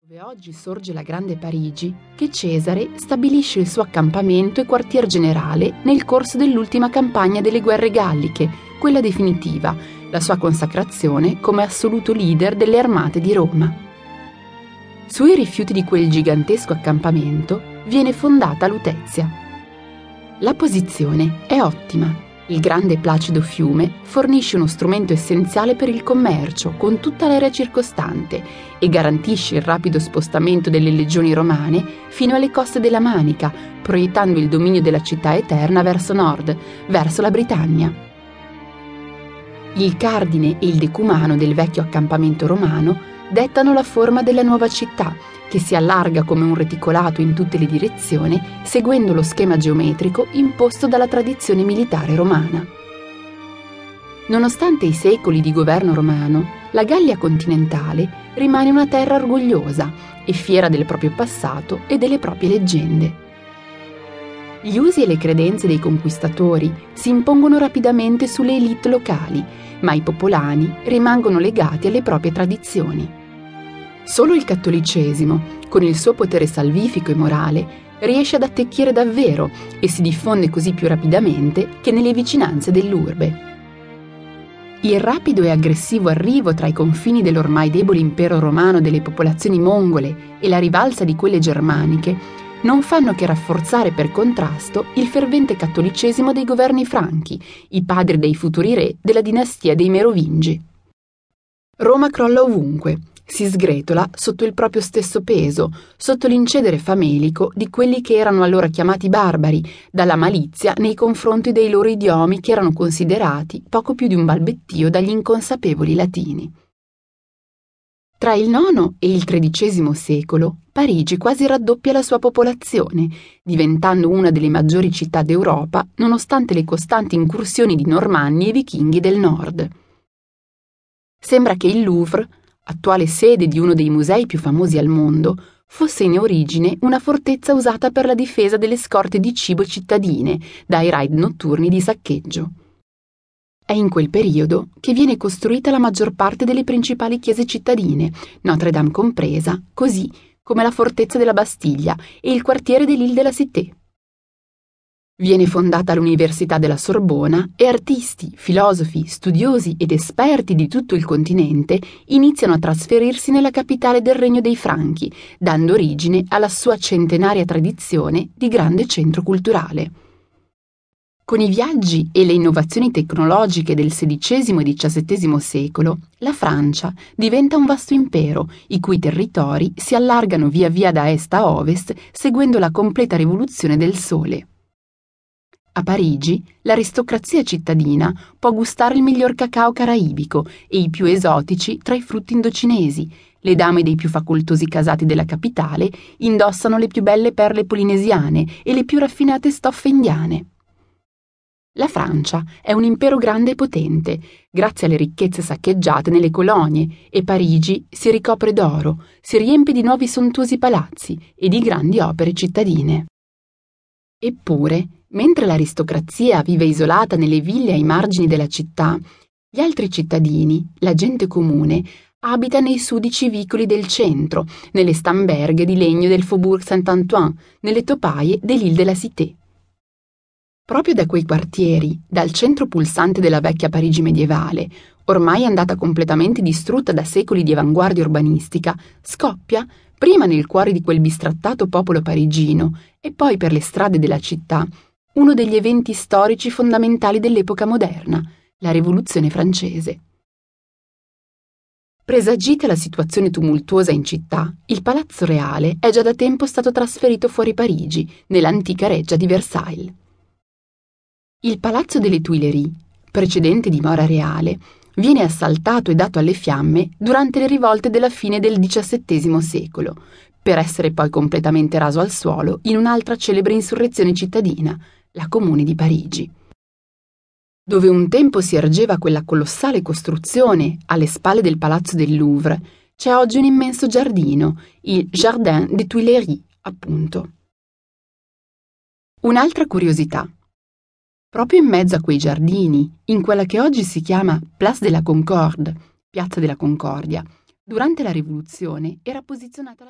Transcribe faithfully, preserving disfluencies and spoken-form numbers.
Dove oggi sorge la Grande Parigi, che Cesare stabilisce il suo accampamento e quartier generale nel corso dell'ultima campagna delle guerre galliche, quella definitiva, la sua consacrazione come assoluto leader delle armate di Roma. Sui rifiuti di quel gigantesco accampamento viene fondata Lutezia. La posizione è ottima. Il grande e placido fiume fornisce uno strumento essenziale per il commercio con tutta l'area circostante e garantisce il rapido spostamento delle legioni romane fino alle coste della Manica, proiettando il dominio della città eterna verso nord, verso la Britannia. Il cardine e il decumano del vecchio accampamento romano dettano la forma della nuova città, che si allarga come un reticolato in tutte le direzioni, seguendo lo schema geometrico imposto dalla tradizione militare romana. Nonostante i secoli di governo romano, la Gallia continentale rimane una terra orgogliosa e fiera del proprio passato e delle proprie leggende. Gli usi e le credenze dei conquistatori si impongono rapidamente sulle élite locali, ma i popolani rimangono legati alle proprie tradizioni. Solo il cattolicesimo, con il suo potere salvifico e morale, riesce ad attecchire davvero e si diffonde così più rapidamente che nelle vicinanze dell'urbe. Il rapido e aggressivo arrivo tra i confini dell'ormai debole impero romano delle popolazioni mongole e la rivalsa di quelle germaniche non fanno che rafforzare per contrasto il fervente cattolicesimo dei governi franchi, i padri dei futuri re della dinastia dei Merovingi. Roma crolla ovunque. Si sgretola sotto il proprio stesso peso, sotto l'incedere famelico di quelli che erano allora chiamati barbari, dalla malizia nei confronti dei loro idiomi che erano considerati poco più di un balbettio dagli inconsapevoli latini. Tra il nono e il tredicesimo secolo, Parigi quasi raddoppia la sua popolazione, diventando una delle maggiori città d'Europa, nonostante le costanti incursioni di normanni e vichinghi del nord. Sembra che il Louvre, attuale sede di uno dei musei più famosi al mondo, fosse in origine una fortezza usata per la difesa delle scorte di cibo cittadine dai raid notturni di saccheggio. È in quel periodo che viene costruita la maggior parte delle principali chiese cittadine, Notre Dame compresa, così come la fortezza della Bastiglia e il quartiere dell'Île de la Cité. Viene fondata l'Università della Sorbona e artisti, filosofi, studiosi ed esperti di tutto il continente iniziano a trasferirsi nella capitale del Regno dei Franchi, dando origine alla sua centenaria tradizione di grande centro culturale. Con i viaggi e le innovazioni tecnologiche del sedicesimo e diciassettesimo secolo, la Francia diventa un vasto impero, i cui territori si allargano via via da est a ovest, seguendo la completa rivoluzione del Sole. A Parigi, l'aristocrazia cittadina può gustare il miglior cacao caraibico e i più esotici tra i frutti indocinesi. Le dame dei più facoltosi casati della capitale indossano le più belle perle polinesiane e le più raffinate stoffe indiane. La Francia è un impero grande e potente, grazie alle ricchezze saccheggiate nelle colonie, e Parigi si ricopre d'oro, si riempie di nuovi sontuosi palazzi e di grandi opere cittadine. Eppure, mentre l'aristocrazia vive isolata nelle ville ai margini della città, gli altri cittadini, la gente comune, abita nei sudici vicoli del centro, nelle stamberghe di legno del Faubourg Saint-Antoine, nelle topaie dell'Île de la Cité. Proprio da quei quartieri, dal centro pulsante della vecchia Parigi medievale, ormai andata completamente distrutta da secoli di avanguardia urbanistica, scoppia, prima nel cuore di quel bistrattato popolo parigino e poi per le strade della città, uno degli eventi storici fondamentali dell'epoca moderna, la Rivoluzione francese. Presagita la situazione tumultuosa in città, il Palazzo Reale è già da tempo stato trasferito fuori Parigi, nell'antica reggia di Versailles. Il Palazzo delle Tuileries, precedente dimora reale, viene assaltato e dato alle fiamme durante le rivolte della fine del diciassettesimo secolo, per essere poi completamente raso al suolo in un'altra celebre insurrezione cittadina, la Comune di Parigi. Dove un tempo si ergeva quella colossale costruzione alle spalle del Palazzo del Louvre, c'è oggi un immenso giardino, il Jardin des Tuileries, appunto. Un'altra curiosità. Proprio in mezzo a quei giardini, in quella che oggi si chiama Place de la Concorde, Piazza della Concordia, durante la Rivoluzione era posizionata la